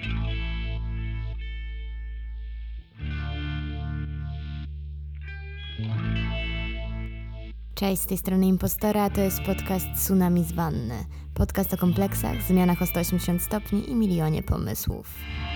Cześć, z tej strony Impostora, to jest podcast Tsunami z Wanny. Podcast o kompleksach, zmianach o 180 stopni i milionie pomysłów.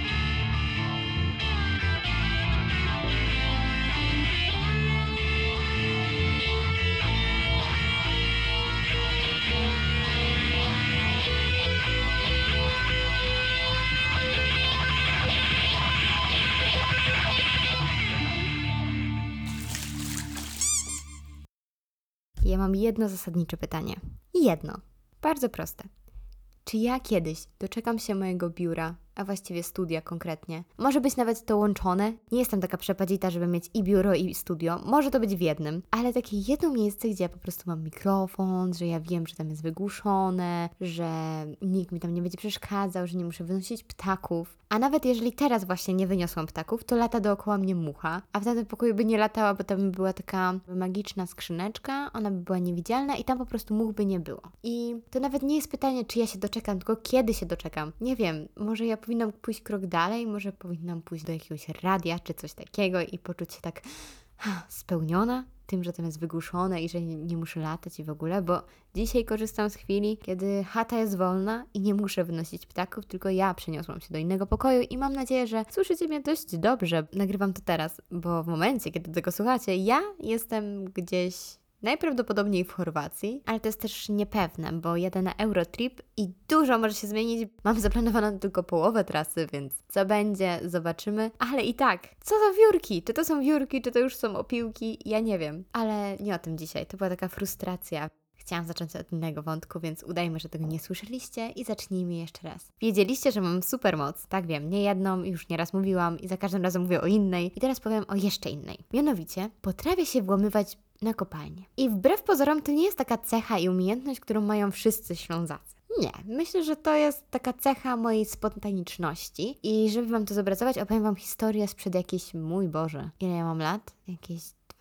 Ja mam jedno zasadnicze pytanie. Jedno. Bardzo proste. Czy ja kiedyś doczekam się mojego biura, a właściwie studia konkretnie? Może być nawet to łączone. Nie jestem taka przepadzita, żeby mieć i biuro, i studio. Może to być w jednym. Ale takie jedno miejsce, gdzie ja po prostu mam mikrofon, że ja wiem, że tam jest wygłuszone, że nikt mi tam nie będzie przeszkadzał, że nie muszę wynosić ptaków. A nawet jeżeli teraz właśnie nie wyniosłam ptaków, to lata dookoła mnie mucha. A w tamtym pokoju by nie latała, bo tam była taka magiczna skrzyneczka, ona by była niewidzialna i tam po prostu much by nie było. I to nawet nie jest pytanie, czy ja się doczekam, tylko kiedy się doczekam. Nie wiem, może ja powinnam pójść krok dalej, może powinnam pójść do jakiegoś radia czy coś takiego i poczuć się tak spełniona tym, że tam jest wygłuszone i że nie muszę latać i w ogóle, bo dzisiaj korzystam z chwili, kiedy chata jest wolna i nie muszę wynosić ptaków, tylko ja przeniosłam się do innego pokoju i mam nadzieję, że słyszycie mnie dość dobrze. Nagrywam to teraz, bo w momencie, kiedy tego słuchacie, ja jestem gdzieś najprawdopodobniej w Chorwacji, ale to jest też niepewne, bo jadę na Eurotrip i dużo może się zmienić. Mam zaplanowaną tylko połowę trasy, więc co będzie, zobaczymy. Ale i tak, co za wiórki? Czy to są wiórki, czy to już są opiłki? Ja nie wiem, ale nie o tym dzisiaj. To była taka frustracja. Chciałam zacząć od innego wątku, więc udajmy, że tego nie słyszeliście i zacznijmy jeszcze raz. Wiedzieliście, że mam supermoc? Tak, wiem, nie jedną, już nieraz mówiłam i za każdym razem mówię o innej. I teraz powiem o jeszcze innej. Mianowicie, potrafię się włamywać na kopalnię. I wbrew pozorom to nie jest taka cecha i umiejętność, którą mają wszyscy Ślązacy. Nie, myślę, że to jest taka cecha mojej spontaniczności i żeby wam to zobrazować, opowiem wam historię sprzed jakiejś, mój Boże, ile ja mam lat? Jakieś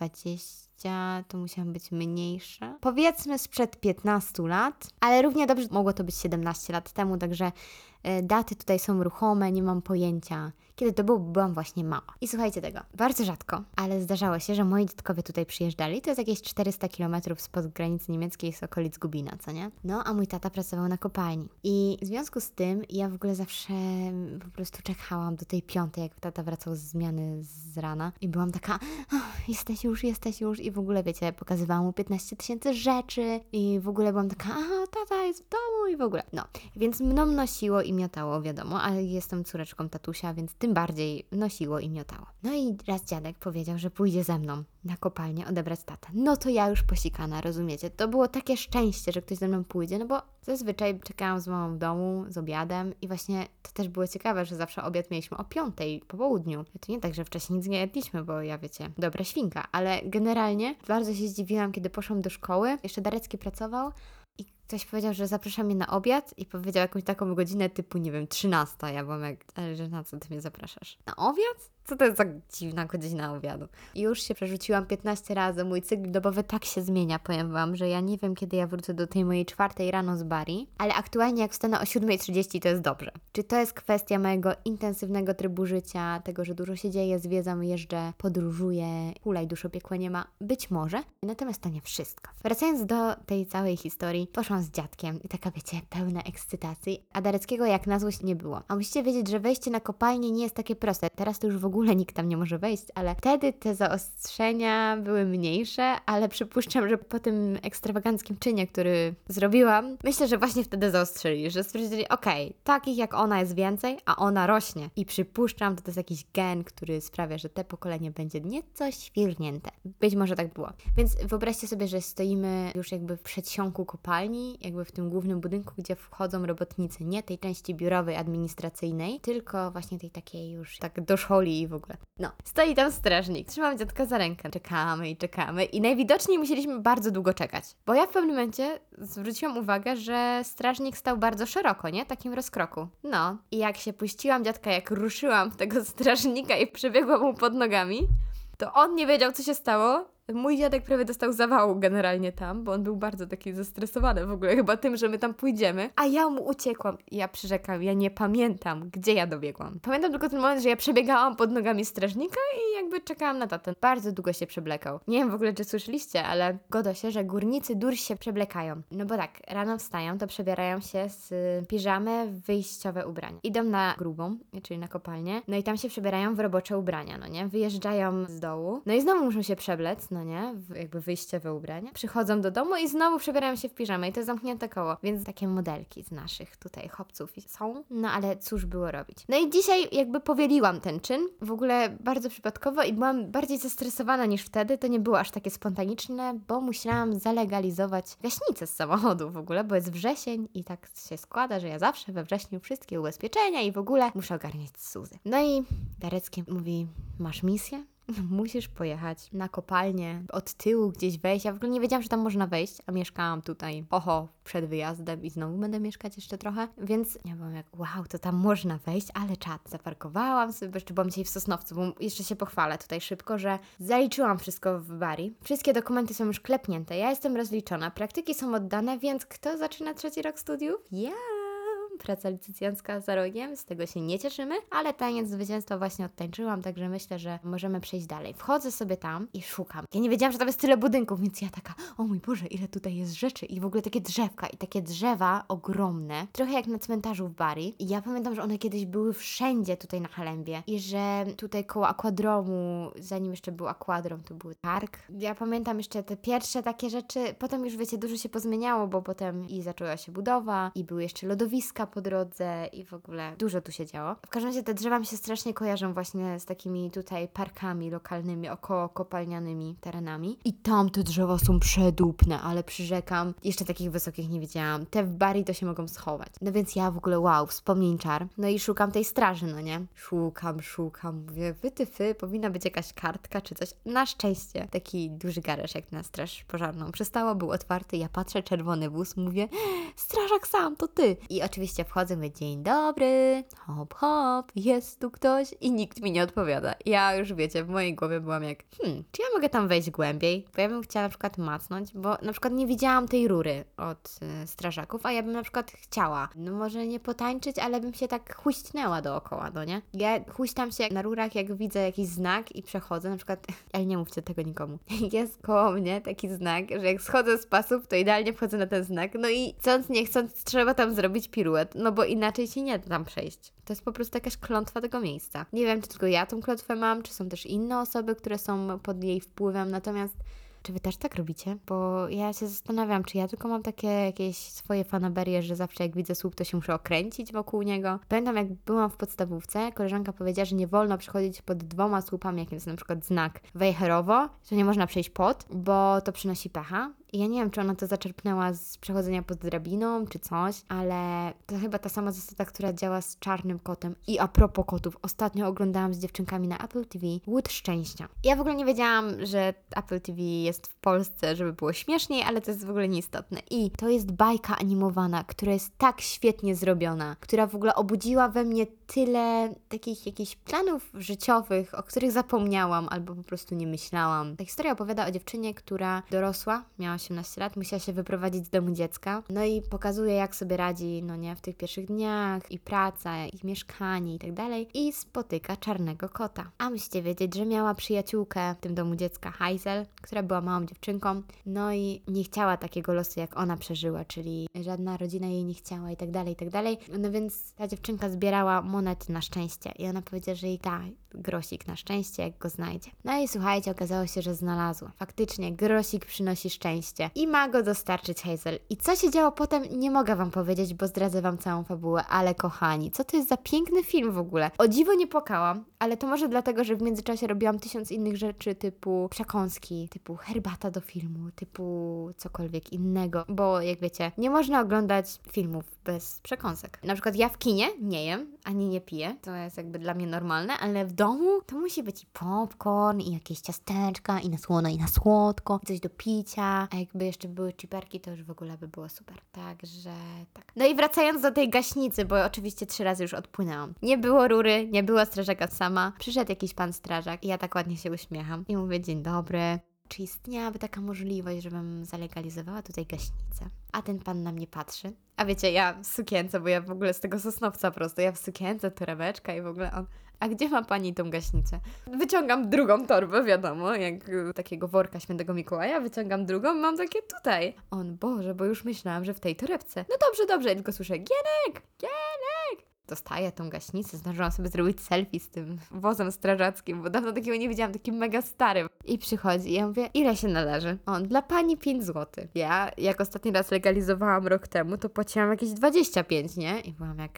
20, to musiałam być mniejsza. Powiedzmy sprzed 15 lat, ale równie dobrze mogło to być 17 lat temu, także daty tutaj są ruchome, nie mam pojęcia, kiedy to było, bo byłam właśnie mała. I słuchajcie tego, bardzo rzadko, ale zdarzało się, że moi dziadkowie tutaj przyjeżdżali, to jest jakieś 400 km spod granicy niemieckiej, z okolic Gubina, co nie? No, a mój tata pracował na kopalni. I w związku z tym ja w ogóle zawsze po prostu czekałam do tej 5, jak tata wracał z zmiany z rana i byłam taka, jesteś już i w ogóle, wiecie, pokazywałam mu 15 000 rzeczy i w ogóle byłam taka, tata jest w domu i w ogóle. No, więc mną nosiło i miotało, wiadomo, ale jestem córeczką tatusia, więc tym bardziej nosiło i miotało. No i raz dziadek powiedział, że pójdzie ze mną na kopalnię odebrać tatę. No to ja już posikana, rozumiecie? To było takie szczęście, że ktoś ze mną pójdzie, no bo zazwyczaj czekałam z mamą w domu, z obiadem i właśnie to też było ciekawe, że zawsze obiad mieliśmy o 5 po południu. To nie tak, że wcześniej nic nie jedliśmy, bo ja wiecie, dobra świnka, ale generalnie bardzo się zdziwiłam, kiedy poszłam do szkoły, jeszcze Darecki pracował i ktoś powiedział, że zaprasza mnie na obiad i powiedział jakąś taką godzinę typu, nie wiem, 13. Ja byłam jak, ale że na co ty mnie zapraszasz? Na obiad? Co to jest za dziwna godzina obiadu? I już się przerzuciłam 15 razy, mój cykl dobowy tak się zmienia, powiem wam, że ja nie wiem, kiedy ja wrócę do tej mojej 4 rano z Bari, ale aktualnie jak wstanę o 7:30 to jest dobrze. Czy to jest kwestia mojego intensywnego trybu życia, tego, że dużo się dzieje, zwiedzam, jeżdżę, podróżuję, hulaj duszopiekła nie ma? Być może, natomiast to nie wszystko. Wracając do tej całej historii, poszłam z dziadkiem i taka, wiecie, pełna ekscytacji, a Dareckiego jak na złość nie było. A musicie wiedzieć, że wejście na kopalnię nie jest takie proste. Teraz to już w ogóle nikt tam nie może wejść, ale wtedy te zaostrzenia były mniejsze, ale przypuszczam, że po tym ekstrawaganckim czynie, który zrobiłam, myślę, że właśnie wtedy zaostrzyli, że stwierdzili, okej, takich jak ona jest więcej, a ona rośnie. I przypuszczam, że to jest jakiś gen, który sprawia, że te pokolenie będzie nieco świrnięte. Być może tak było. Więc wyobraźcie sobie, że stoimy już jakby w przedsionku kopalni, jakby w tym głównym budynku, gdzie wchodzą robotnicy, nie tej części biurowej, administracyjnej, tylko właśnie tej takiej już tak do szoli i w ogóle. No, stoi tam strażnik, trzymam dziadka za rękę. Czekamy i najwidoczniej musieliśmy bardzo długo czekać. Bo ja w pewnym momencie zwróciłam uwagę, że strażnik stał bardzo szeroko, nie? Takim rozkroku. No, i jak się puściłam dziadka, jak ruszyłam w tego strażnika i przebiegłam mu pod nogami, to on nie wiedział, co się stało Mój dziadek prawie dostał zawału generalnie tam, bo on był bardzo taki zestresowany w ogóle chyba tym, że my tam pójdziemy, a ja mu uciekłam. Ja przyrzekam, ja nie pamiętam, gdzie ja dobiegłam. Pamiętam tylko ten moment, że ja przebiegałam pod nogami strażnika i jakby czekałam na tatę. Bardzo długo się przeblekał. Nie wiem w ogóle, czy słyszeliście, ale godo się, że górnicy dur się przeblekają. No bo tak, rano wstają, to przebierają się z piżamy w wyjściowe ubrania. Idą na grubą, czyli na kopalnię, no i tam się przebierają w robocze ubrania, no nie? Wyjeżdżają z dołu, no i znowu muszą się przeblec, no nie? Jakby wyjściowe ubrania. Przychodzą do domu i znowu przebierają się w piżamę i to jest zamknięte koło. Więc takie modelki z naszych tutaj chłopców są. No ale cóż było robić. No i dzisiaj jakby powieliłam ten czyn. W ogóle bardzo przypadkowo i byłam bardziej zestresowana niż wtedy. To nie było aż takie spontaniczne, bo musiałam zalegalizować gaśnicę z samochodu w ogóle, bo jest wrzesień i tak się składa, że ja zawsze we wrześniu wszystkie ubezpieczenia i w ogóle muszę ogarniać Suzy. No i Darecki mówi, masz misję? Musisz pojechać na kopalnię, od tyłu gdzieś wejść. Ja w ogóle nie wiedziałam, że tam można wejść, a mieszkałam tutaj, przed wyjazdem i znowu będę mieszkać jeszcze trochę, więc ja byłam jak, wow, to tam można wejść, ale czad, zaparkowałam sobie, bo jeszcze byłam dzisiaj w Sosnowcu, bo jeszcze się pochwalę tutaj szybko, że zaliczyłam wszystko w Bari. Wszystkie dokumenty są już klepnięte, ja jestem rozliczona, praktyki są oddane, więc kto zaczyna 3. rok studiów? Ja! Praca licencjacka za rogiem, z tego się nie cieszymy, ale taniec zwycięstwa właśnie odtańczyłam, także myślę, że możemy przejść dalej. Wchodzę sobie tam i szukam. Ja nie wiedziałam, że tam jest tyle budynków, więc ja taka, o mój Boże, ile tutaj jest rzeczy i w ogóle takie drzewka i takie drzewa ogromne, trochę jak na cmentarzu w Bari. I ja pamiętam, że one kiedyś były wszędzie tutaj na Halembie i że tutaj koło akwadromu, zanim jeszcze był akwadrom, to był park. Ja pamiętam jeszcze te pierwsze takie rzeczy, potem już wiecie, dużo się pozmieniało, bo potem i zaczęła się budowa i były jeszcze lodowiska po drodze i w ogóle dużo tu się działo. W każdym razie te drzewa mi się strasznie kojarzą właśnie z takimi tutaj parkami lokalnymi, około kopalnianymi terenami. I tam te drzewa są przedupne, ale przyrzekam, jeszcze takich wysokich nie widziałam. Te w Bari to się mogą schować. No więc ja w ogóle wow, wspomnień czar. No i szukam tej straży, no nie? Szukam, mówię, powinna być jakaś kartka czy coś. Na szczęście taki duży garaż jak na straż pożarną przystało, był otwarty, ja patrzę, czerwony wóz, mówię, strażak sam, to ty. I oczywiście wchodzę, mówię, dzień dobry, hop, hop, jest tu ktoś i nikt mi nie odpowiada. Ja już wiecie, w mojej głowie byłam jak, czy ja mogę tam wejść głębiej? Bo ja bym chciała na przykład macnąć, bo na przykład nie widziałam tej rury od strażaków, a ja bym na przykład chciała, no może nie potańczyć, ale bym się tak huśtnęła dookoła, no nie? Ja huśtam się na rurach, jak widzę jakiś znak i przechodzę, na przykład, ale nie mówcie tego nikomu, jest koło mnie taki znak, że jak schodzę z pasów, to idealnie wchodzę na ten znak, no i chcąc nie chcąc trzeba tam zrobić piruet, no bo inaczej się nie da tam przejść. To jest po prostu jakaś klątwa tego miejsca. Nie wiem, czy tylko ja tą klątwę mam, czy są też inne osoby, które są pod jej wpływem, natomiast czy wy też tak robicie? Bo ja się zastanawiam, czy ja tylko mam takie jakieś swoje fanaberie, że zawsze jak widzę słup, to się muszę okręcić wokół niego. Pamiętam, jak byłam w podstawówce, koleżanka powiedziała, że nie wolno przechodzić pod 2 słupami, jak jest na przykład znak wejherowo, że nie można przejść pod, bo to przynosi pecha. I ja nie wiem, czy ona to zaczerpnęła z przechodzenia pod drabiną, czy coś, ale to chyba ta sama zasada, która działa z Czarnym Kotem. I a propos kotów, ostatnio oglądałam z dziewczynkami na Apple TV Łódź Szczęścia. Ja w ogóle nie wiedziałam, że Apple TV jest w Polsce, żeby było śmieszniej, ale to jest w ogóle nieistotne. I to jest bajka animowana, która jest tak świetnie zrobiona, która w ogóle obudziła we mnie tyle takich jakichś planów życiowych, o których zapomniałam albo po prostu nie myślałam. Ta historia opowiada o dziewczynie, która dorosła, miała 18 lat, musiała się wyprowadzić z domu dziecka, no i pokazuje, jak sobie radzi, no nie, w tych pierwszych dniach i praca, i mieszkanie i tak dalej, i spotyka czarnego kota. A musicie wiedzieć, że miała przyjaciółkę w tym domu dziecka, Hazel, która była małą dziewczynką, no i nie chciała takiego losu, jak ona przeżyła, czyli żadna rodzina jej nie chciała i tak dalej, i tak dalej. No więc ta dziewczynka zbierała monety na szczęście i ona powiedziała, że jej da grosik na szczęście, jak go znajdzie. No i słuchajcie, okazało się, że znalazła. Faktycznie grosik przynosi szczęście i ma go dostarczyć Hazel. I co się działo potem, nie mogę wam powiedzieć, bo zdradzę wam całą fabułę, ale kochani, co to jest za piękny film w ogóle? O dziwo nie płakałam, ale to może dlatego, że w międzyczasie robiłam 1000 innych rzeczy typu przekąski, typu herbata do filmu, typu cokolwiek innego, bo jak wiecie, nie można oglądać filmów bez przekąsek. Na przykład ja w kinie nie jem, ani nie piję, to jest jakby dla mnie normalne, ale w domu to musi być i popcorn, i jakieś ciasteczka, i na słono, i na słodko, i coś do picia, a jakby jeszcze były chiperki, to już w ogóle by było super. Także tak. No i wracając do tej gaśnicy, bo oczywiście 3 razy już odpłynęłam. Nie było rury, nie było strażaka sama. Przyszedł jakiś pan strażak i ja tak ładnie się uśmiecham i mówię, dzień dobry. czy istniałaby taka możliwość, żebym zalegalizowała tutaj gaśnicę. A ten pan na mnie patrzy. A wiecie, ja w sukience, bo ja w ogóle z tego Sosnowca prosto, ja w sukience, torebeczka i w ogóle on... A gdzie ma pani tą gaśnicę? Wyciągam drugą torbę, wiadomo, jak takiego worka Świętego Mikołaja, wyciągam drugą, mam takie tutaj. On, Boże, bo już myślałam, że w tej torebce. No dobrze, dobrze, ja tylko słyszę, Gienek! Dostaję tą gaśnicę, zdążyłam sobie zrobić selfie z tym wozem strażackim, bo dawno takiego nie widziałam, takim mega starym. I przychodzi i ja mówię, ile się należy? On, dla pani 5 zł. Ja, jak ostatni raz legalizowałam rok temu, to płaciłam jakieś 25, nie? I byłam jak,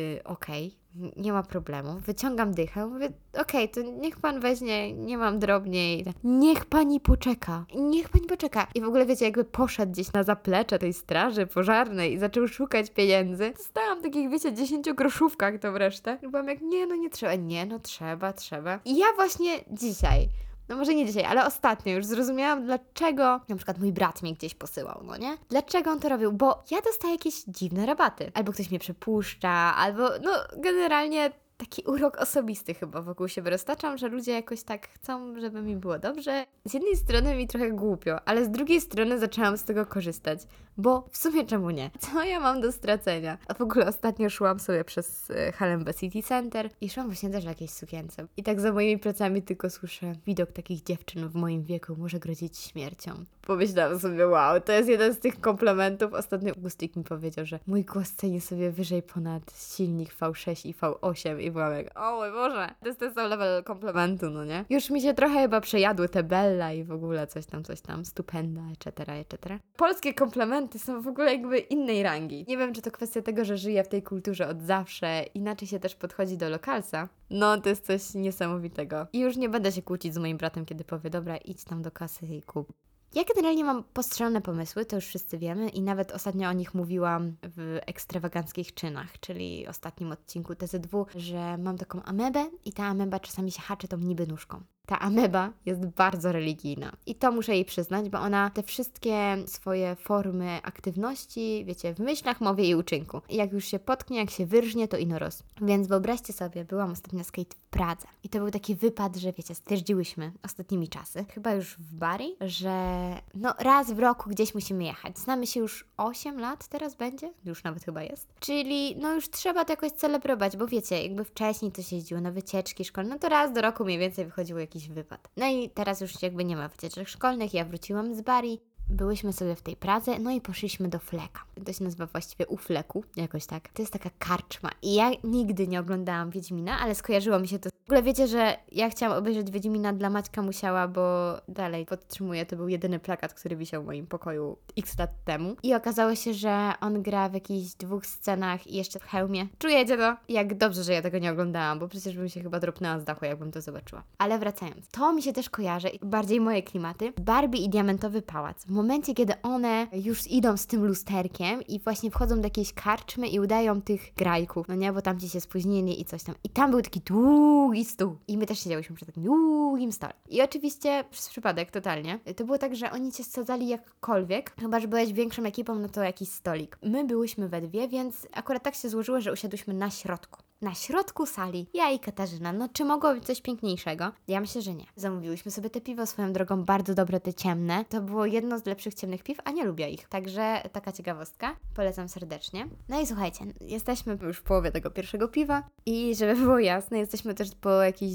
okej. Nie ma problemu. Wyciągam dychę, mówię, okej, to niech pan weźmie, nie mam drobniej. Niech pani poczeka. I w ogóle wiecie, jakby poszedł gdzieś na zaplecze tej straży pożarnej i zaczął szukać pieniędzy. Dostałam takich, wiecie, 10-groszówkach to resztę. I byłam jak, nie, no nie trzeba. Nie, no trzeba. I ja właśnie dzisiaj... No może nie dzisiaj, ale ostatnio już zrozumiałam, dlaczego na przykład mój brat mnie gdzieś posyłał, no nie? Dlaczego on to robił? Bo ja dostaję jakieś dziwne rabaty. Albo ktoś mnie przepuszcza, albo no generalnie taki urok osobisty chyba wokół siebie roztaczam, że ludzie jakoś tak chcą, żeby mi było dobrze. Z jednej strony mi trochę głupio, ale z drugiej strony zaczęłam z tego korzystać, bo w sumie czemu nie? Co ja mam do stracenia? A w ogóle ostatnio szłam sobie przez Halembę City Center i szłam właśnie też w jakiejś sukience. I tak za moimi plecami tylko słyszę, widok takich dziewczyn w moim wieku może grozić śmiercią. Pomyślałam sobie, wow, to jest jeden z tych komplementów. Ostatnio Augustik mi powiedział, że mój głos ceni sobie wyżej ponad silnik V6 i V8 i byłam jak, o mój Boże, to jest ten sam level komplementu, no nie? Już mi się trochę chyba przejadły te Bella i w ogóle coś tam, stupenda, etc. Polskie komplementy są w ogóle jakby innej rangi. Nie wiem, czy to kwestia tego, że żyję w tej kulturze od zawsze, inaczej się też podchodzi do lokalsa. No, to jest coś niesamowitego. I już nie będę się kłócić z moim bratem, kiedy powie, dobra, idź tam do kasy i kup. Ja generalnie mam postrzelone pomysły, to już wszyscy wiemy i nawet ostatnio o nich mówiłam w ekstrawaganckich czynach, czyli ostatnim odcinku TZW, że mam taką amebę i ta ameba czasami się haczy tą niby nóżką. Ta ameba jest bardzo religijna i to muszę jej przyznać, bo ona te wszystkie swoje formy aktywności, wiecie, w myślach, mowie i uczynku. I jak już się potknie, jak się wyrżnie, to inoros. Więc wyobraźcie sobie, byłam ostatnio na skate w Pradze i to był taki wypad, że wiecie, stwierdziłyśmy ostatnimi czasy, chyba już w Bari, że no raz w roku gdzieś musimy jechać. Znamy się już 8 lat teraz będzie? Już nawet chyba jest. Czyli no już trzeba to jakoś celebrować, bo wiecie, jakby wcześniej to się jeździło na wycieczki szkolne, no to raz do roku mniej więcej wychodził jakiś wypad. No i teraz już jakby nie ma wycieczek szkolnych, ja wróciłam z Bari, byłyśmy sobie w tej Pradze, no i poszliśmy do Fleka. To się nazywa właściwie U Fleku, jakoś tak. To jest taka karczma i ja nigdy nie oglądałam Wiedźmina, ale skojarzyło mi się to. W ogóle wiecie, że ja chciałam obejrzeć Wiedźmina dla Maćka Musiała, bo dalej podtrzymuję, to był jedyny plakat, który wisiał w moim pokoju x lat temu. I okazało się, że on gra w jakichś 2 scenach i jeszcze w hełmie. Czujecie to? Jak dobrze, że ja tego nie oglądałam, bo przecież bym się chyba dropnęła z dachu, jakbym to zobaczyła. Ale wracając, to mi się też kojarzy, bardziej moje klimaty, Barbie i Diamentowy Pałac. W momencie, kiedy one już idą z tym lusterkiem i właśnie wchodzą do jakiejś karczmy i udają tych grajków, no nie, bo tam ci się spóźnili i coś tam. I tam był taki długi stół. I my też siedziałyśmy przy takim długim stole. I oczywiście, przez przypadek totalnie, to było tak, że oni cię sadzali jakkolwiek, chyba że byłeś większą ekipą, no to jakiś stolik. My byłyśmy we dwie, więc akurat tak się złożyło, że usiadłyśmy na środku. Na środku sali. Ja i Katarzyna. No czy mogło być coś piękniejszego? Ja myślę, że nie. Zamówiłyśmy sobie te piwo, swoją drogą bardzo dobre, te ciemne. To było jedno z lepszych ciemnych piw, a nie lubię ich. Także taka ciekawostka. Polecam serdecznie. No i słuchajcie, jesteśmy już w połowie tego pierwszego piwa i żeby było jasne, jesteśmy też po jakichś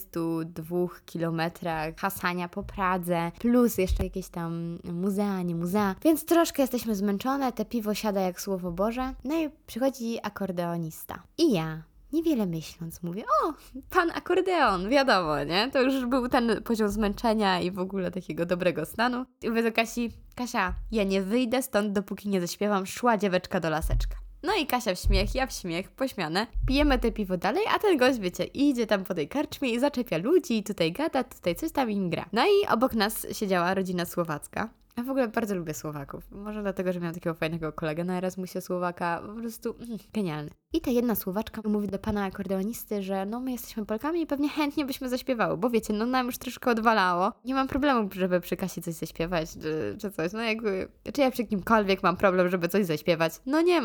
22 kilometrach hasania po Pradze, plus jeszcze jakieś tam muzea, nie muzea, więc troszkę jesteśmy zmęczone, te piwo siada jak słowo Boże. No i przychodzi akordeonista. I ja, niewiele myśląc, mówię, o, pan akordeon, wiadomo, nie? To już był ten poziom zmęczenia i w ogóle takiego dobrego stanu. I mówię do Kasi, Kasia, ja nie wyjdę stąd, dopóki nie zaśpiewam Szła dzieweczka do laseczka. No i Kasia w śmiech, ja w śmiech, pośmiane. Pijemy te piwo dalej, a ten gość, wiecie, idzie tam po tej karczmie i zaczepia ludzi i tutaj gada, tutaj coś tam im gra. No i obok nas siedziała rodzina słowacka. Ja w ogóle bardzo lubię Słowaków. Może dlatego, że miałam takiego fajnego kolegę na Erasmusie Słowaka. Po prostu genialny. I ta jedna Słowaczka mówi do pana akordeonisty, że no my jesteśmy Polkami i pewnie chętnie byśmy zaśpiewały, bo wiecie, no nam już troszkę odwalało. Nie mam problemu, żeby przy Kasi coś zaśpiewać, czy coś. No jakby, czy ja przy kimkolwiek mam problem, żeby coś zaśpiewać? No nie mam.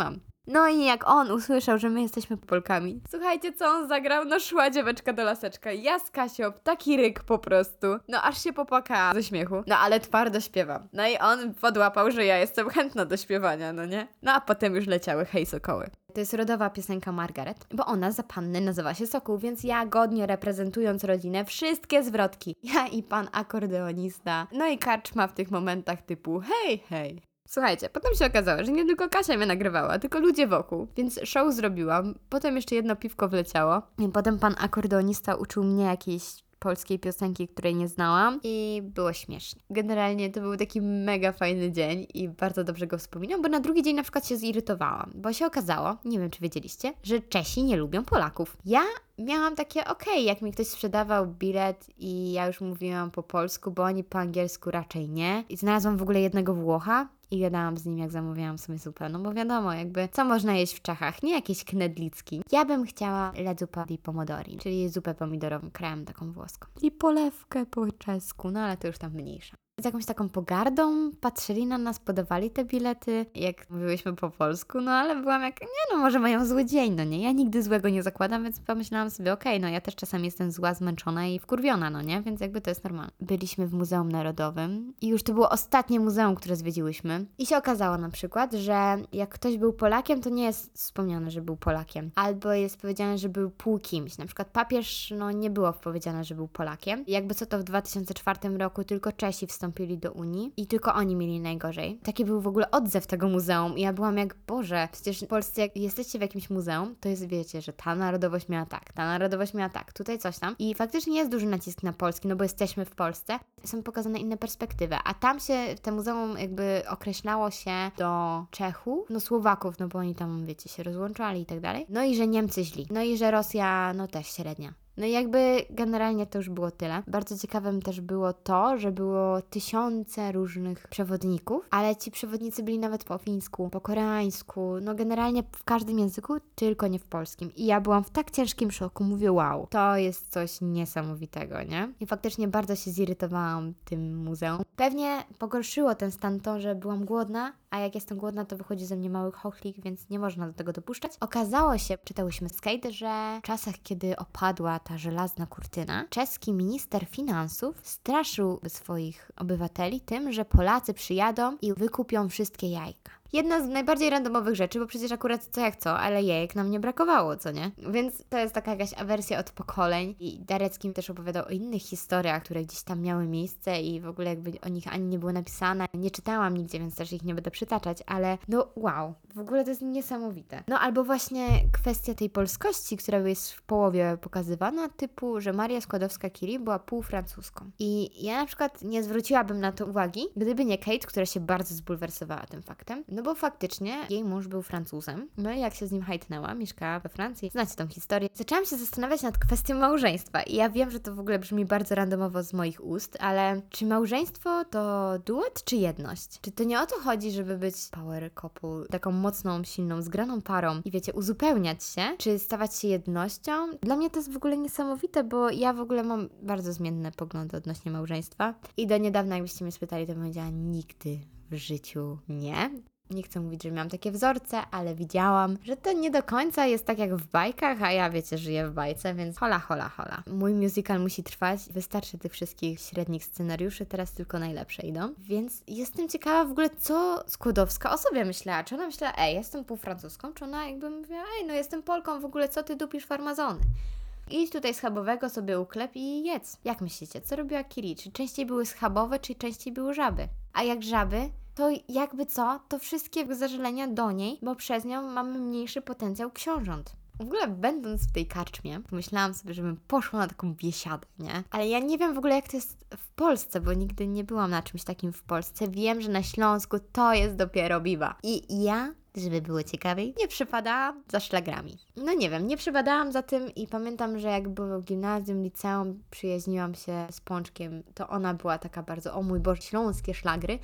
No i jak on usłyszał, że my jesteśmy Polkami, słuchajcie, co on zagrał? No szła dzieweczka do laseczka, ja z Kasią, taki ryk po prostu. No aż się popłakała ze śmiechu. No ale twardo śpiewam. No i on podłapał, że ja jestem chętna do śpiewania, no nie? No a potem już leciały Hej Sokoły. To jest rodowa piosenka Margaret, bo ona za panny nazywa się Sokół, więc ja godnie reprezentując rodzinę, wszystkie zwrotki. Ja i pan akordeonista, no i karczma w tych momentach typu hej, hej. Słuchajcie, potem się okazało, że nie tylko Kasia mnie nagrywała, tylko ludzie wokół, więc show zrobiłam, potem jeszcze jedno piwko wleciało i potem pan akordeonista uczył mnie jakiejś polskiej piosenki, której nie znałam i było śmiesznie. Generalnie to był taki mega fajny dzień i bardzo dobrze go wspominam, bo na drugi dzień na przykład się zirytowałam, bo się okazało, nie wiem czy wiedzieliście, że Czesi nie lubią Polaków. Ja miałam takie jak mi ktoś sprzedawał bilet i ja już mówiłam po polsku, bo oni po angielsku raczej nie. I znalazłam w ogóle jednego Włocha i gadałam z nim, jak zamawiałam sobie zupę. No bo wiadomo, jakby co można jeść w Czechach, nie jakieś knedlicki. Ja bym chciała la zuppa di pomodori, czyli zupę pomidorową, krem taką włoską. I polewkę po czesku, no ale to już tam mniejsza. Z jakąś taką pogardą patrzyli na nas, podawali te bilety, jak mówiłyśmy po polsku, no ale byłam jak, nie no, może mają zły dzień, no nie, ja nigdy złego nie zakładam, więc pomyślałam sobie, no ja też czasami jestem zła, zmęczona i wkurwiona, no nie, więc jakby to jest normalne. Byliśmy w Muzeum Narodowym i już to było ostatnie muzeum, które zwiedziłyśmy i się okazało na przykład, że jak ktoś był Polakiem, to nie jest wspomniane, że był Polakiem, albo jest powiedziane, że był pół kimś, na przykład papież, no nie było powiedziane, że był Polakiem. Jakby co to w 2004 roku tylko Czesi wstąpili do Unii i tylko oni mieli najgorzej. Taki był w ogóle odzew tego muzeum i ja byłam jak, Boże, przecież w Polsce jak jesteście w jakimś muzeum, to jest, wiecie, że ta narodowość miała tak, ta narodowość miała tak, tutaj coś tam i faktycznie jest duży nacisk na polski, no bo jesteśmy w Polsce, są pokazane inne perspektywy, a tam się, te muzeum jakby określało się do Czechów, no Słowaków, no bo oni tam, wiecie, się rozłączali i tak dalej, no i że Niemcy źli, no i że Rosja, no też średnia. No i jakby generalnie to już było tyle. Bardzo ciekawym też było to, że było tysiące różnych przewodników, ale ci przewodnicy byli nawet po fińsku, po koreańsku, no generalnie w każdym języku, tylko nie w polskim. I ja byłam w tak ciężkim szoku, mówię wow, to jest coś niesamowitego, nie? I faktycznie bardzo się zirytowałam tym muzeum. Pewnie pogorszyło ten stan to, że byłam głodna, a jak jestem głodna, to wychodzi ze mnie mały chochlik, więc nie można do tego dopuszczać. Okazało się, czytałyśmy z Kate, że w czasach, kiedy opadła ta żelazna kurtyna, czeski minister finansów straszył swoich obywateli tym, że Polacy przyjadą i wykupią wszystkie jajka. Jedna z najbardziej randomowych rzeczy, bo przecież akurat co jak co, ale jajek nam nie brakowało, co nie? Więc to jest taka jakaś awersja od pokoleń i Darecki też opowiadał o innych historiach, które gdzieś tam miały miejsce i w ogóle jakby o nich ani nie było napisane. Nie czytałam nigdzie, więc też ich nie będę przytaczać, ale no wow, w ogóle to jest niesamowite. No albo właśnie kwestia tej polskości, która jest w połowie pokazywana, typu, że Maria Skłodowska-Curie była półfrancuską. I ja na przykład nie zwróciłabym na to uwagi, gdyby nie Kate, która się bardzo zbulwersowała tym faktem. No bo faktycznie jej mąż był Francuzem, no i jak się z nim hajtnęła, mieszkała we Francji, znacie tą historię. Zaczęłam się zastanawiać nad kwestią małżeństwa i ja wiem, że to w ogóle brzmi bardzo randomowo z moich ust, ale czy małżeństwo to duet czy jedność? Czy to nie o to chodzi, żeby być power couple, taką mocną, silną, zgraną parą i wiecie, uzupełniać się, czy stawać się jednością? Dla mnie to jest w ogóle niesamowite, bo ja w ogóle mam bardzo zmienne poglądy odnośnie małżeństwa i do niedawna jakbyście mnie spytali, to bym powiedziała nigdy w życiu nie. Nie chcę mówić, że miałam takie wzorce, ale widziałam, że to nie do końca jest tak jak w bajkach, a ja wiecie, żyję w bajce, więc hola, hola, hola. Mój musical musi trwać, wystarczy tych wszystkich średnich scenariuszy, teraz tylko najlepsze idą. Więc jestem ciekawa w ogóle, co Skłodowska o sobie myślała. Czy ona myślała, jestem półfrancuską, czy ona jakby mówiła, no jestem Polką, w ogóle co ty dupisz farmazony? Idź tutaj schabowego sobie uklep i jedz. Jak myślicie, co robiła Curie? Czy częściej były schabowe, czy częściej były żaby? A jak żaby, to jakby co, to wszystkie zażalenia do niej, bo przez nią mamy mniejszy potencjał książąt. W ogóle będąc w tej karczmie, pomyślałam sobie, żebym poszła na taką biesiadę, nie? Ale ja nie wiem w ogóle jak to jest w Polsce, bo nigdy nie byłam na czymś takim w Polsce. Wiem, że na Śląsku to jest dopiero biwa. I ja, żeby było ciekawiej, nie przypadałam za szlagrami. No nie wiem, nie przypadałam za tym i pamiętam, że jak było w gimnazjum, liceum, przyjaźniłam się z Pączkiem, to ona była taka bardzo, o mój Boże, śląskie szlagry.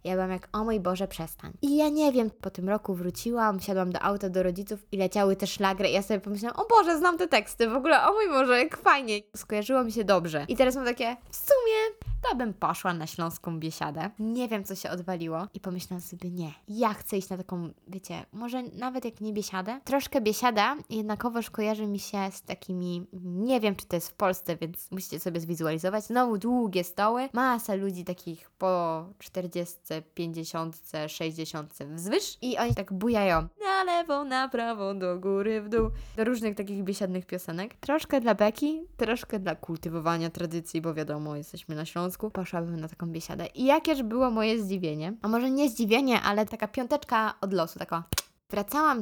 Ja byłam jak, o mój Boże, przestań. I ja nie wiem, po tym roku wróciłam, siadłam do auta do rodziców i leciały te szlagry i ja sobie pomyślałam, o Boże, znam te teksty, w ogóle, o mój Boże, jak fajnie. Skojarzyło mi się dobrze. I teraz mam takie, w sumie to bym poszła na Śląską Biesiadę. Nie wiem, co się odwaliło i pomyślałam sobie, nie, ja chcę iść na taką, wiecie, może nawet jak nie Biesiadę, troszkę Biesiada, jednakowoż kojarzy mi się z takimi, nie wiem, czy to jest w Polsce, więc musicie sobie zwizualizować, znowu długie stoły, masa ludzi takich po 40, 50, 60 wzwyż i oni tak bujają na lewo, na prawo, do góry, w dół, do różnych takich biesiadnych piosenek. Troszkę dla beki, troszkę dla kultywowania tradycji, bo wiadomo, jesteśmy na Śląsku, poszłabym na taką biesiadę. I jakież było moje zdziwienie, a może nie zdziwienie, ale taka piąteczka od losu, taka... Wracałam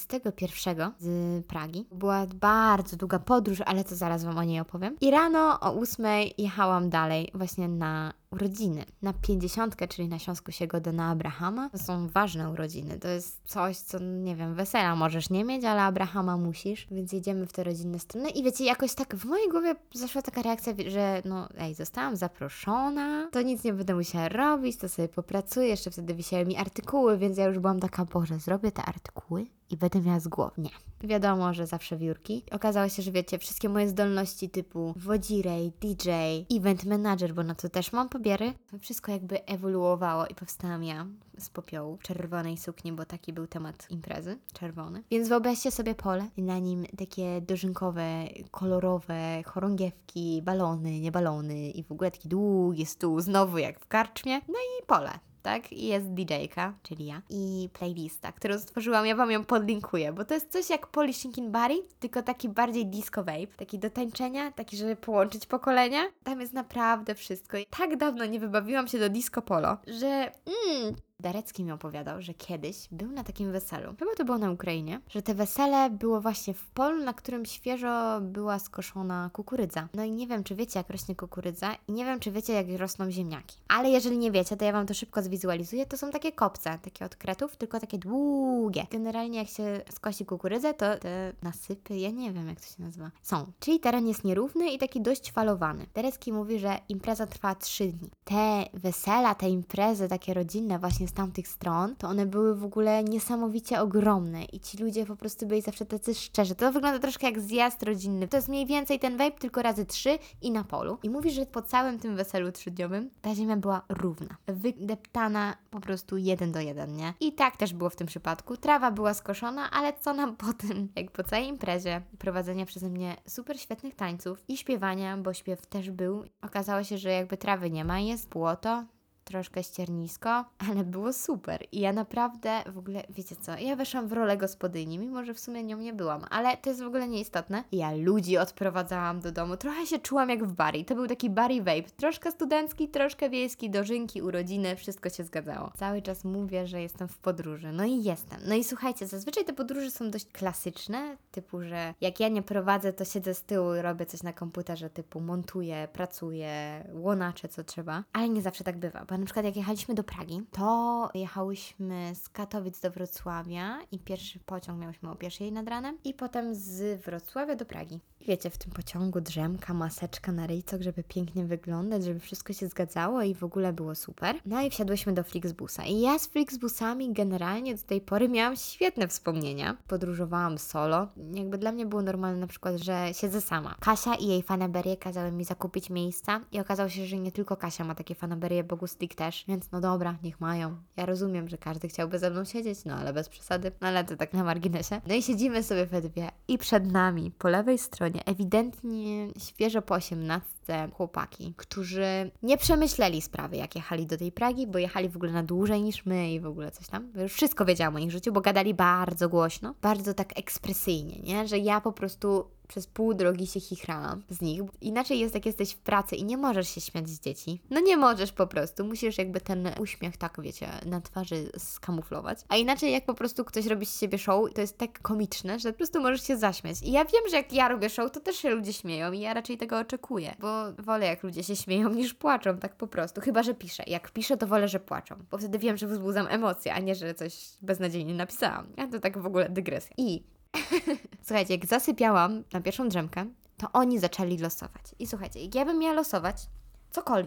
31 z Pragi. Była bardzo długa podróż, ale to zaraz Wam o niej opowiem. I rano o 8 jechałam dalej właśnie na urodziny. Na 50, czyli na Śląsku się goda na Abrahama. To są ważne urodziny. To jest coś, co, nie wiem, wesela możesz nie mieć, ale Abrahama musisz. Więc jedziemy w te rodzinne strony. I wiecie, jakoś tak w mojej głowie zaszła taka reakcja, że no zostałam zaproszona, to nic nie będę musiała robić, to sobie popracuję. Jeszcze wtedy wisiały mi artykuły, więc ja już byłam taka, Boże, zrobię te artykuły i będę miała z głowy. Nie. Wiadomo, że zawsze wiórki. Okazało się, że wiecie, wszystkie moje zdolności typu wodzirej, DJ, event manager, bo na to też mam pobiery, to wszystko jakby ewoluowało i powstałam ja z popiołu w czerwonej sukni, bo taki był temat imprezy, czerwony. Więc wyobraźcie sobie pole, na nim takie dożynkowe, kolorowe chorągiewki, balony, nie balony i w ogóle taki długi stół, znowu jak w karczmie, no i pole. Tak? I jest DJ-ka, czyli ja, i playlista, którą stworzyłam, ja Wam ją podlinkuję, bo to jest coś jak Polishing in Bari, tylko taki bardziej disco vape, taki do tańczenia, taki, żeby połączyć pokolenia. Tam jest naprawdę wszystko. I tak dawno nie wybawiłam się do disco polo, że Darecki mi opowiadał, że kiedyś był na takim weselu, chyba to było na Ukrainie, że te wesele było właśnie w polu, na którym świeżo była skoszona kukurydza. No i nie wiem, czy wiecie, jak rośnie kukurydza i nie wiem, czy wiecie, jak rosną ziemniaki. Ale jeżeli nie wiecie, to ja Wam to szybko zwizualizuję. To są takie kopce, takie od kretów, tylko takie długie. Generalnie jak się skosi kukurydzę, to te nasypy, ja nie wiem, jak to się nazywa, są. Czyli teren jest nierówny i taki dość falowany. Darecki mówi, że impreza trwa 3 dni. Te wesela, te imprezy takie rodzinne właśnie z tamtych stron, to one były w ogóle niesamowicie ogromne i ci ludzie po prostu byli zawsze tacy szczerzy. To wygląda troszkę jak zjazd rodzinny. To jest mniej więcej ten vape, tylko razy 3 i na polu. I mówi, że po całym tym weselu 3-dniowym ta ziemia była równa. Wydeptana po prostu 1 do 1, nie? I tak też było w tym przypadku. Trawa była skoszona, ale co nam po tym, jak po całej imprezie, prowadzenia przeze mnie super świetnych tańców i śpiewania, bo śpiew też był. Okazało się, że jakby trawy nie ma, jest błoto, troszkę ściernisko, ale było super. I ja naprawdę w ogóle, wiecie co, ja weszłam w rolę gospodyni, mimo że w sumie nią nie byłam, ale to jest w ogóle nieistotne. Ja ludzi odprowadzałam do domu, trochę się czułam jak w Bari. To był taki Bari vape, troszkę studencki, troszkę wiejski, dożynki, urodziny, wszystko się zgadzało. Cały czas mówię, że jestem w podróży, no i jestem. No i słuchajcie, zazwyczaj te podróże są dość klasyczne, typu, że jak ja nie prowadzę, to siedzę z tyłu i robię coś na komputerze, typu montuję, pracuję, łonaczę co trzeba, ale nie zawsze tak bywa. Bo na przykład jak jechaliśmy do Pragi, to jechałyśmy z Katowic do Wrocławia i pierwszy pociąg miałyśmy o 1 nad ranem i potem z Wrocławia do Pragi. I wiecie, w tym pociągu drzemka, maseczka na ryjcach, żeby pięknie wyglądać, żeby wszystko się zgadzało i w ogóle było super. No i wsiadłyśmy do Flixbusa. I ja z Flixbusami generalnie do tej pory miałam świetne wspomnienia. Podróżowałam solo. Jakby dla mnie było normalne na przykład, że siedzę sama. Kasia i jej fanaberie kazały mi zakupić miejsca i okazało się, że nie tylko Kasia ma takie fanaberie, bo Gustik też, więc no dobra, niech mają. Ja rozumiem, że każdy chciałby ze mną siedzieć, no ale bez przesady, no ale to tak na marginesie. No i siedzimy sobie we dwie i przed nami, po lewej stronie, ewidentnie świeżo po 18 chłopaki, którzy nie przemyśleli sprawy, jak jechali do tej Pragi, bo jechali w ogóle na dłużej niż my i w ogóle coś tam. Bo już wszystko wiedziałam o ich życiu, bo gadali bardzo głośno, bardzo tak ekspresyjnie, nie? Że ja po prostu przez pół drogi się chichrałam z nich. Inaczej jest, jak jesteś w pracy i nie możesz się śmiać z dzieci. No nie możesz po prostu. Musisz jakby ten uśmiech tak, wiecie, na twarzy skamuflować. A inaczej jak po prostu ktoś robi z siebie show, to jest tak komiczne, że po prostu możesz się zaśmiać. I ja wiem, że jak ja robię show, to też się ludzie śmieją i ja raczej tego oczekuję. Bo wolę, jak ludzie się śmieją, niż płaczą, tak po prostu. Chyba że piszę. Jak piszę, to wolę, że płaczą. Bo wtedy wiem, że wzbudzam emocje, a nie, że coś beznadziejnie napisałam. Ja to tak w ogóle dygresja. I słuchajcie, jak zasypiałam na pierwszą drzemkę, to oni zaczęli losować. I słuchajcie, jak ja bym miała losować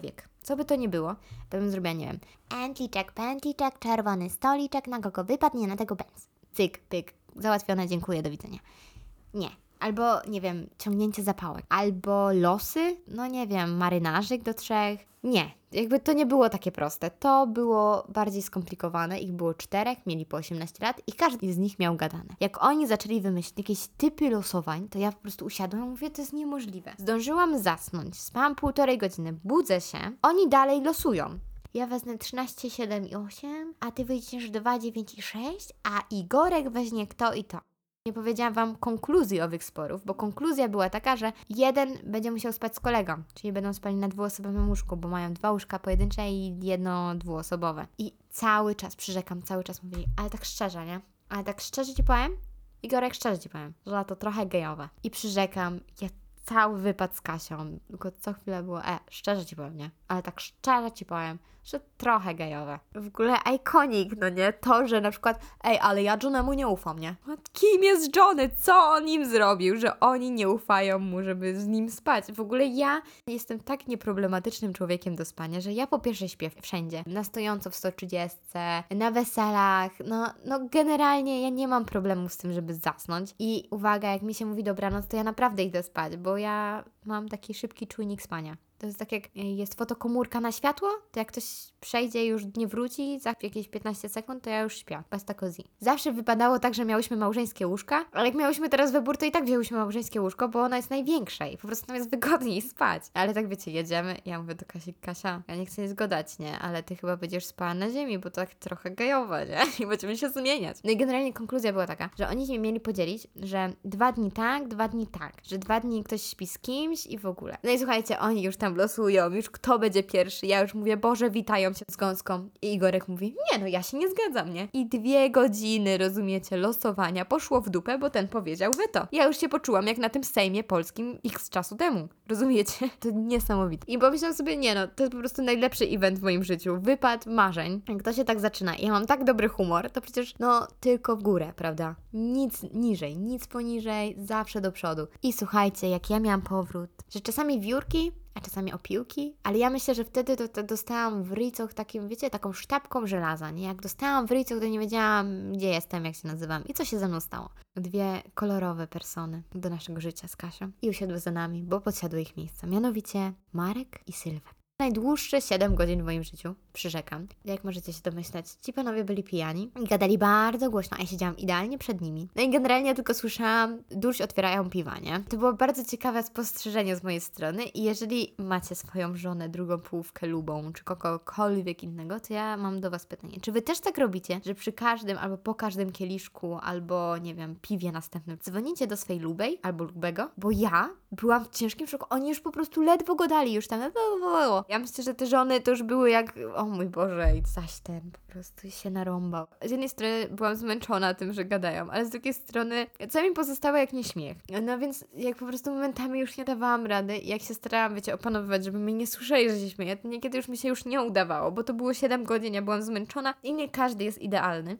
co by to nie było, to bym zrobiła, nie wiem, entliczek, pętliczek, czerwony stoliczek, na kogo wypadnie, na tego pens. Cyk, pyk, załatwione, dziękuję, do widzenia. Nie. Albo, nie wiem, ciągnięcie zapałek. Albo losy, no nie wiem, marynarzyk do 3. Nie, jakby to nie było takie proste. To było bardziej skomplikowane. Ich było 4, mieli po 18 lat i każdy z nich miał gadane. Jak oni zaczęli wymyślić jakieś typy losowań, to ja po prostu usiadłam i mówię, to jest niemożliwe. Zdążyłam zasnąć, spałam 1,5 godziny, budzę się, oni dalej losują. Ja wezmę 13, 7 i 8, a ty wyjdziesz 2, 9 i 6, a Igorek weźmie kto i to. Nie powiedziałam Wam konkluzji owych sporów, bo konkluzja była taka, że jeden będzie musiał spać z kolegą, czyli będą spali na 2-osobowym łóżku, bo mają 2 łóżka pojedyncze i 1 dwuosobowe. I cały czas, przyrzekam, cały czas mówili, ale tak szczerze, nie? Ale tak szczerze Ci powiem, Igorek, szczerze Ci powiem, że to trochę gejowe. I przyrzekam, ja cały wypad z Kasią, tylko co chwilę było, szczerze Ci powiem, nie? Ale tak szczerze Ci powiem, że trochę gejowe. W ogóle ikonik, no nie? To, że na przykład, ale ja Johnemu nie ufam, nie? Kim jest Johnny? Co on im zrobił, że oni nie ufają mu, żeby z nim spać? W ogóle ja jestem tak nieproblematycznym człowiekiem do spania, że ja po pierwsze śpię wszędzie. Na stojąco w 130, na weselach, no generalnie ja nie mam problemu z tym, żeby zasnąć. I uwaga, jak mi się mówi dobranoc, to ja naprawdę idę spać, bo ja mam taki szybki czujnik spania. To jest tak jak jest fotokomórka na światło, to jak ktoś przejdzie i już nie wróci za jakieś 15 sekund, to ja już śpię. Basta così. Zawsze wypadało tak, że miałyśmy małżeńskie łóżka, ale jak miałyśmy teraz wybór, to i tak wzięłyśmy małżeńskie łóżko, bo ono jest największe i po prostu tam jest wygodniej spać. Ale tak wiecie, jedziemy, ja mówię do Kasi, Kasia, ja nie chcę nie zgadać, nie? Ale ty chyba będziesz spała na ziemi, bo to tak trochę gejowe, nie? I będziemy się zmieniać. No i generalnie konkluzja była taka, że oni się mieli podzielić, że 2 dni tak, 2 dni tak, że 2 dni ktoś śpi z kimś i w ogóle. No i słuchajcie, oni już tam losują, już kto będzie pierwszy. Ja już mówię, Boże, witają się z gąską. I Igorek mówi, nie, no ja się nie zgadzam, nie? I 2 godziny, rozumiecie, losowania poszło w dupę, bo ten powiedział weto. Ja już się poczułam jak na tym Sejmie polskim x czasu temu. Rozumiecie? To niesamowite. I pomyślałam sobie, nie no, to jest po prostu najlepszy event w moim życiu. Wypad marzeń. Jak to się tak zaczyna i ja mam tak dobry humor, to przecież no tylko w górę, prawda? Nic niżej, nic poniżej, zawsze do przodu. I słuchajcie, jak ja miałam powrót, że czasami wiórki, a czasami opiłki, ale ja myślę, że wtedy to dostałam w ryjcoch takim, wiecie, taką sztabką żelaza, nie? Jak dostałam w ryjcoch, to nie wiedziałam, gdzie jestem, jak się nazywam i co się ze mną stało. 2 kolorowe persony do naszego życia z Kasią i usiadły za nami, bo podsiadły ich miejsca, mianowicie Marek i Sylwek. Najdłuższe 7 godzin w moim życiu, przyrzekam. Jak możecie się domyślać, ci panowie byli pijani i gadali bardzo głośno, a ja siedziałam idealnie przed nimi. No i generalnie ja tylko słyszałam, durść otwierają piwa, nie? To było bardzo ciekawe spostrzeżenie z mojej strony i jeżeli macie swoją żonę, drugą połówkę lubą, czy kogokolwiek innego, to ja mam do Was pytanie. Czy Wy też tak robicie, że przy każdym albo po każdym kieliszku, albo nie wiem, piwie następnym, dzwonicie do swej lubej albo lubego? Bo ja byłam w ciężkim szoku. Oni już po prostu ledwo gadali, już tam ja myślę, że te żony to już były jak, o mój Boże, i zaś ten po prostu się narąbał. Z jednej strony byłam zmęczona tym, że gadają, ale z drugiej strony co mi pozostało jak nie śmiech. No więc jak po prostu momentami już nie dawałam rady i jak się starałam, wiecie, opanowywać, żeby mnie nie słyszeli, że się śmieję, to niekiedy już mi się już nie udawało, bo to było 7 godzin, ja byłam zmęczona i nie każdy jest idealny.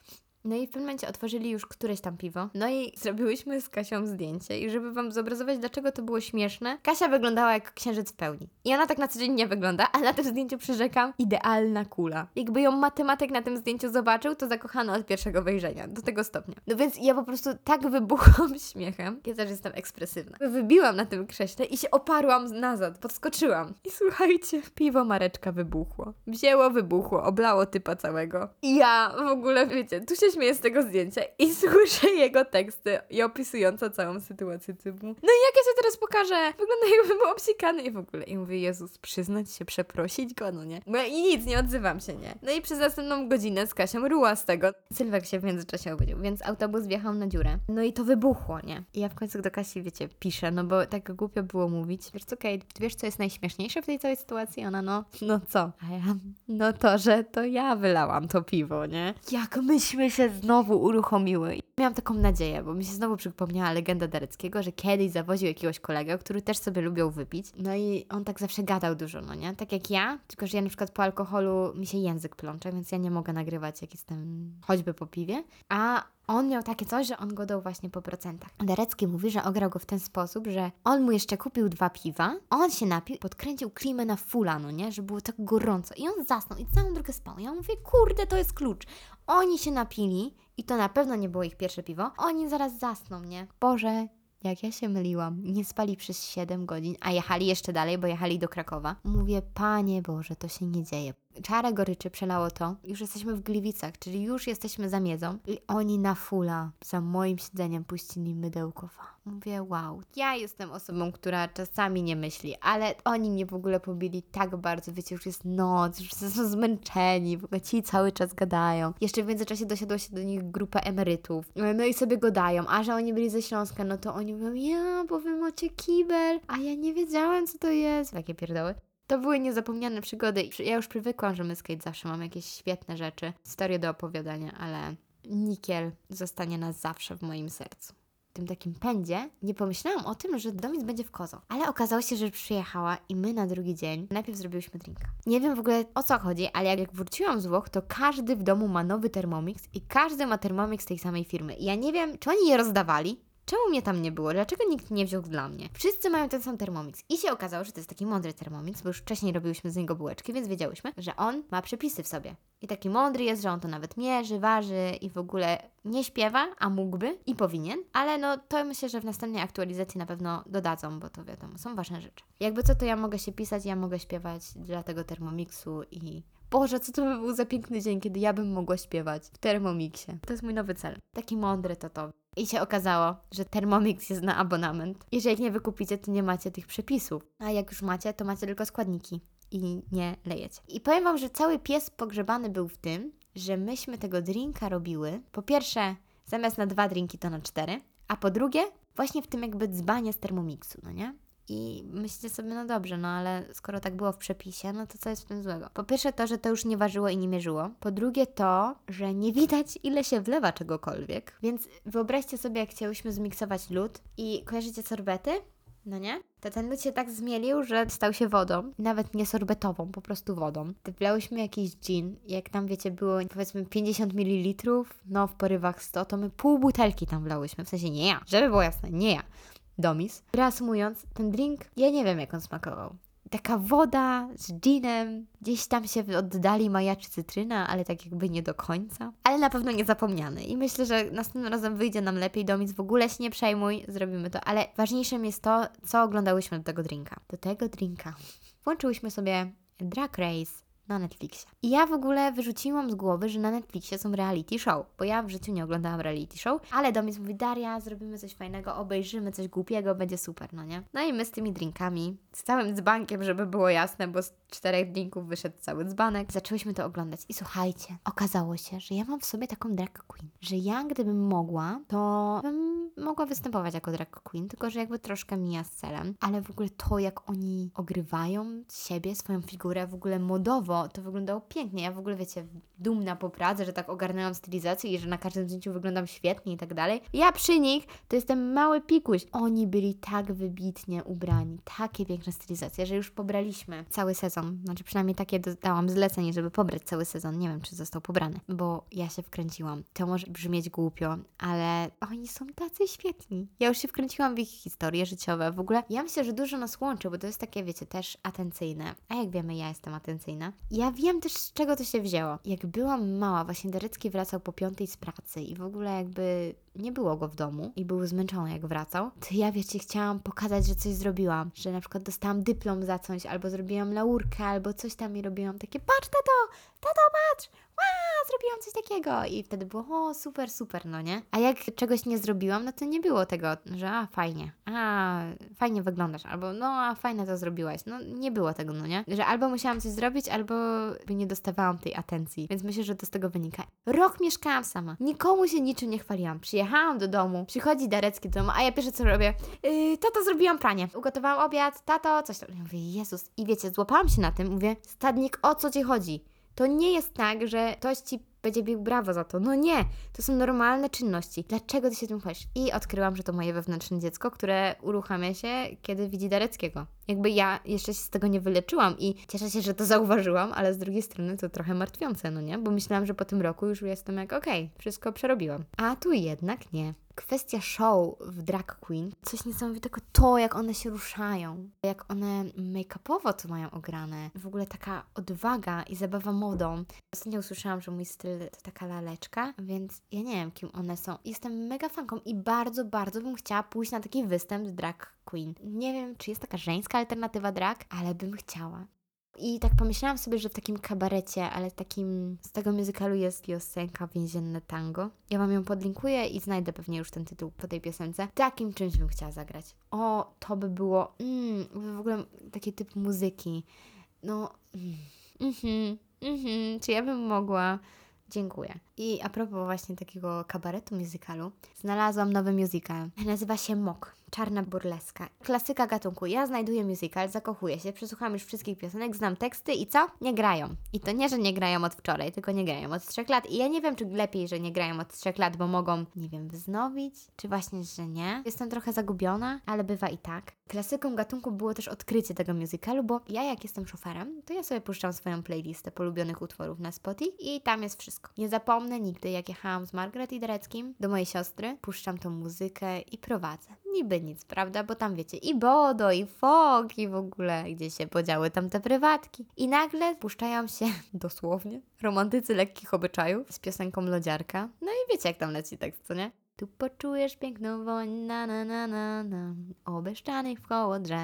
No i w pewnym momencie otworzyli już któreś tam piwo. No i zrobiłyśmy z Kasią zdjęcie i żeby Wam zobrazować, dlaczego to było śmieszne, Kasia wyglądała jak księżyc w pełni. I ona tak na co dzień nie wygląda, a na tym zdjęciu przyrzekam, idealna kula. Jakby ją matematyk na tym zdjęciu zobaczył, to zakochano od pierwszego wejrzenia. Do tego stopnia. No więc ja po prostu tak wybuchłam śmiechem. Ja też jestem ekspresywna. Wybiłam na tym krześle i się oparłam nazad, podskoczyłam. I słuchajcie, piwo Mareczka wybuchło. Wzięło, wybuchło, oblało typa całego. I ja w ogóle, wiecie, tu się śmieję z tego zdjęcia i słyszę jego teksty i opisujące całą sytuację typu, no i jak ja się teraz pokażę? Wygląda jakby był obsikany i w ogóle. I mówię, Jezus, przyznać się, przeprosić go, no nie? I nic, nie odzywam się, nie? No i przez następną godzinę z Kasią ryła z tego. Sylwek się w międzyczasie obudził, więc autobus wjechał na dziurę. No i to wybuchło, nie? I ja w końcu do Kasi, wiecie, piszę, no bo tak głupio było mówić. Wiesz co, Kate, wiesz co jest najśmieszniejsze w tej całej sytuacji? Ona, no co? A ja, no to, że to ja wylałam to piwo, nie? Jak myśmy się znowu uruchomiły. Miałam taką nadzieję, bo mi się znowu przypomniała legenda Dareckiego, że kiedyś zawoził jakiegoś kolegę, który też sobie lubiał wypić. No i on tak zawsze gadał dużo, no nie? Tak jak ja, tylko że ja na przykład po alkoholu mi się język plącze, więc ja nie mogę nagrywać jak jestem choćby po piwie. A on miał takie coś, że on go dał właśnie po procentach. Darecki mówi, że ograł go w ten sposób, że on mu jeszcze kupił 2 piwa, on się napił, podkręcił klimę na fulla, no nie, że było tak gorąco i on zasnął i całą drogę spał. Ja mówię, kurde, to jest klucz. Oni się napili i to na pewno nie było ich pierwsze piwo, oni zaraz zasną, nie? Boże, jak ja się myliłam. Nie spali przez 7 godzin, a jechali jeszcze dalej, bo jechali do Krakowa. Mówię, Panie Boże, to się nie dzieje. Czarę goryczy przelało to. Już jesteśmy w Gliwicach, czyli już jesteśmy za Miedzą. I oni na fulla za moim siedzeniem puścili mydełkowa. Mówię, wow. Ja jestem osobą, która czasami nie myśli, ale oni mnie w ogóle pobili tak bardzo. Wiecie, już jest noc, już są zmęczeni, w ogóle ci cały czas gadają. Jeszcze w międzyczasie dosiadła się do nich grupa emerytów. No i sobie gadają, a że oni byli ze Śląska, no to oni mówią, ja, bo wy macie kibel, a ja nie wiedziałem, co to jest. Takie pierdoły. To były niezapomniane przygody. Ja już przywykłam, że my z Kate zawsze mamy jakieś świetne rzeczy, historie do opowiadania, ale Nikiel zostanie na zawsze w moim sercu. W tym takim pędzie nie pomyślałam o tym, że Domic będzie w Kozo. Ale okazało się, że przyjechała i my na drugi dzień najpierw zrobiłyśmy drinka. Nie wiem w ogóle o co chodzi, ale jak wróciłam z Włoch, to każdy w domu ma nowy Thermomix i każdy ma Thermomix tej samej firmy. I ja nie wiem, czy oni je rozdawali, czemu mnie tam nie było? Dlaczego nikt nie wziął dla mnie? Wszyscy mają ten sam Thermomix. I się okazało, że to jest taki mądry Thermomix, bo już wcześniej robiłyśmy z niego bułeczki, więc wiedziałyśmy, że on ma przepisy w sobie. I taki mądry jest, że on to nawet mierzy, waży i w ogóle nie śpiewa, a mógłby i powinien. Ale no to myślę, że w następnej aktualizacji na pewno dodadzą, bo to wiadomo, są ważne rzeczy. Jakby co, to ja mogę się pisać, ja mogę śpiewać dla tego Thermomixu i... Boże, co to by był za piękny dzień, kiedy ja bym mogła śpiewać w Thermomixie. To jest mój nowy cel. Taki mądry to. I się okazało, że Thermomix jest na abonament. Jeżeli nie wykupicie, to nie macie tych przepisów. A jak już macie, to macie tylko składniki i nie lejecie. I powiem Wam, że cały pies pogrzebany był w tym, że myśmy tego drinka robiły. Po pierwsze, zamiast na 2 drinki, to na 4. A po drugie, właśnie w tym jakby dzbanie z Thermomixu, no nie? I myślicie sobie, no dobrze, no ale skoro tak było w przepisie, no to co jest w tym złego? Po pierwsze to, że to już nie ważyło i nie mierzyło. Po drugie to, że nie widać, ile się wlewa czegokolwiek. Więc wyobraźcie sobie, jak chciałyśmy zmiksować lód i kojarzycie sorbety? No nie? To ten lód się tak zmielił, że stał się wodą. Nawet nie sorbetową, po prostu wodą. Wlałyśmy jakiś gin. Jak tam, wiecie, było powiedzmy 50 ml, no w porywach 100, to my pół butelki tam wlałyśmy. W sensie nie ja, żeby było jasne, nie ja. Domis. Reasumując, ten drink, ja nie wiem, jak on smakował. Taka woda z ginem, gdzieś tam się w oddali majaczy cytryna, ale tak jakby nie do końca. Ale na pewno niezapomniany i myślę, że następnym razem wyjdzie nam lepiej. Domis, w ogóle się nie przejmuj, zrobimy to. Ale ważniejszym jest to, co oglądałyśmy do tego drinka. Do tego drinka włączyłyśmy sobie Drag Race na Netflixie. I ja w ogóle wyrzuciłam z głowy, że na Netflixie są reality show, bo ja w życiu nie oglądałam reality show, ale Domis mówi, Daria, zrobimy coś fajnego, obejrzymy coś głupiego, będzie super, no nie? No i my z tymi drinkami, z całym dzbankiem, żeby było jasne, bo z 4 drinków wyszedł cały dzbanek, zaczęłyśmy to oglądać. I słuchajcie, okazało się, że ja mam w sobie taką drag queen, że ja gdybym mogła, to bym mogła występować jako drag queen, tylko że jakby troszkę mija z celem, ale w ogóle to, jak oni ogrywają siebie, swoją figurę, w ogóle modowo, to wyglądało pięknie. Ja w ogóle, wiecie, dumna po Pradze, że tak ogarnęłam stylizację i że na każdym zdjęciu wyglądam świetnie i tak dalej. Ja przy nich to jestem mały pikuś. Oni byli tak wybitnie ubrani, takie piękne stylizacje, że już pobraliśmy cały sezon. Znaczy przynajmniej takie dałam zlecenie, żeby pobrać cały sezon. Nie wiem, czy został pobrany, bo ja się wkręciłam. To może brzmieć głupio, ale oni są tacy świetni. Ja już się wkręciłam w ich historie życiowe. W ogóle ja myślę, że dużo nas łączy, bo to jest takie, wiecie, też atencyjne. A jak wiemy, ja jestem atencyjna. Ja wiem też, z czego to się wzięło. Jak byłam mała, właśnie Darecki wracał po 5 z pracy i w ogóle jakby nie było go w domu i był zmęczony jak wracał, to ja, wiecie, chciałam pokazać, że coś zrobiłam, że na przykład dostałam dyplom za coś, albo zrobiłam laurkę, albo coś tam i robiłam takie, patrz tato, patrz, zrobiłam coś takiego i wtedy było, o super, super, no nie? A jak czegoś nie zrobiłam, no to nie było tego, że fajnie wyglądasz, albo no fajne to zrobiłaś, no nie było tego, no nie? Że albo musiałam coś zrobić, albo nie dostawałam tej atencji, więc myślę, że to z tego wynika. Rok mieszkałam sama, nikomu się niczym nie chwaliłam, przyjechałam do domu, przychodzi Darecki do domu, a ja pierwsze co robię, tato, zrobiłam pranie, ugotowałam obiad, tato, coś tam, ja mówię, Jezus, i wiecie, złapałam się na tym, mówię, Stadnik, o co Ci chodzi? To nie jest tak, że ktoś Ci będzie bił brawo za to. No nie, to są normalne czynności. Dlaczego ty się tym chwalisz? I odkryłam, że to moje wewnętrzne dziecko, które uruchamia się, kiedy widzi Dareckiego. Jakby ja jeszcze się z tego nie wyleczyłam i cieszę się, że to zauważyłam, ale z drugiej strony to trochę martwiące, no nie? Bo myślałam, że po tym roku już jestem jak okej, wszystko przerobiłam. A tu jednak nie. Kwestia show w Drag Queen, coś niesamowitego to, jak one się ruszają, jak one make-upowo to mają ograne. W ogóle taka odwaga i zabawa modą. Ostatnio usłyszałam, że mój styl to taka laleczka, więc ja nie wiem, kim one są. Jestem mega fanką i bardzo, bardzo bym chciała pójść na taki występ z Drag Queen. Nie wiem, czy jest taka żeńska alternatywa drag, ale bym chciała. I tak pomyślałam sobie, że w takim kabarecie, ale takim, z tego musicalu jest piosenka Więzienne Tango. Ja wam ją podlinkuję i znajdę pewnie już ten tytuł po tej piosence. Takim czymś bym chciała zagrać. O, to by było, w ogóle taki typ muzyki. No, czy ja bym mogła... Dziękuję. I a propos właśnie takiego kabaretu musicalu, znalazłam nowy musical. Nazywa się Mok. Czarna burleska. Klasyka gatunku. Ja znajduję musical, zakochuję się, przesłuchałam już wszystkich piosenek, znam teksty i co? Nie grają. I to nie, że nie grają od wczoraj, tylko nie grają od 3 lat. I ja nie wiem, czy lepiej, że nie grają od 3 lat, bo mogą, nie wiem, wznowić, czy właśnie, że nie. Jestem trochę zagubiona, ale bywa i tak. Klasyką gatunku było też odkrycie tego musicalu, bo ja jak jestem szoferem, to ja sobie puszczam swoją playlistę polubionych utworów na Spotify i tam jest wszystko. Nie zapomnę nigdy, jak jechałam z Margaret i Dareckim do mojej siostry, puszczam tą muzykę i prowadzę. Niby nic, prawda? Bo tam wiecie, i Bodo, i Fok, i w ogóle gdzie się podziały tam te prywatki. I nagle puszczają się, dosłownie, romantycy lekkich obyczajów z piosenką Lodziarka. No i wiecie, jak tam leci tekst, co nie? Tu poczujesz piękną woń, na na na na na, obeszczanych wkoło drzew.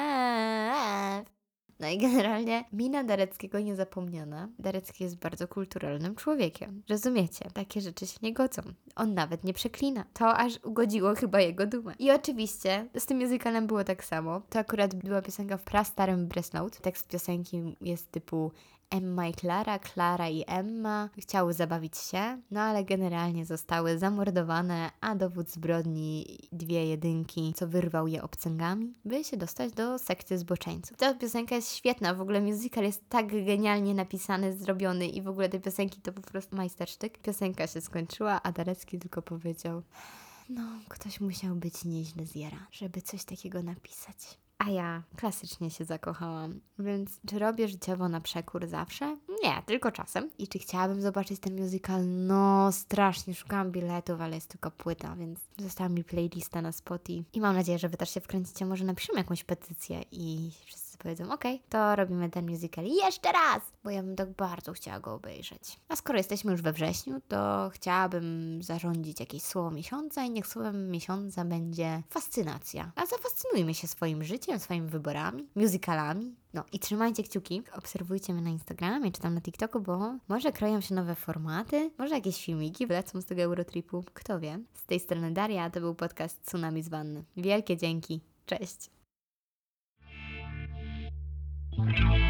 No i generalnie mina Dareckiego niezapomniana. Darecki jest bardzo kulturalnym człowiekiem. Rozumiecie? Takie rzeczy się nie godzą. On nawet nie przeklina. To aż ugodziło chyba jego dumę. I oczywiście z tym musicalem było tak samo. To akurat była piosenka w prastarym Bresnote. Tekst piosenki jest typu Emma i Klara, Klara i Emma chciały zabawić się, no ale generalnie zostały zamordowane, a dowód zbrodni 2 jedynki, co wyrwał je obcęgami, by się dostać do sekty zboczeńców. Ta piosenka jest świetna, w ogóle musical jest tak genialnie napisany, zrobiony i w ogóle te piosenki to po prostu majstersztyk. Piosenka się skończyła, a Darecki tylko powiedział: no, ktoś musiał być nieźle zjara, żeby coś takiego napisać. A ja klasycznie się zakochałam. Więc czy robię życiowo na przekór zawsze? Nie, tylko czasem. I czy chciałabym zobaczyć ten musical? No, strasznie szukałam biletów, ale jest tylko płyta, więc została mi playlista na Spotify. I mam nadzieję, że wy też się wkręcicie. Może napiszemy jakąś petycję i wszyscy powiedzą: okej, to robimy ten musical jeszcze raz, bo ja bym tak bardzo chciała go obejrzeć. A skoro jesteśmy już we wrześniu, to chciałabym zarządzić jakieś słowo miesiąca i niech słowem miesiąca będzie fascynacja. A zafascynujmy się swoim życiem, swoimi wyborami, musicalami. No i trzymajcie kciuki, obserwujcie mnie na Instagramie czy tam na TikToku, bo może kroją się nowe formaty, może jakieś filmiki wlecą z tego Eurotripu, kto wie. Z tej strony Daria, to był podcast Tsunami z Wanny. Wielkie dzięki, cześć!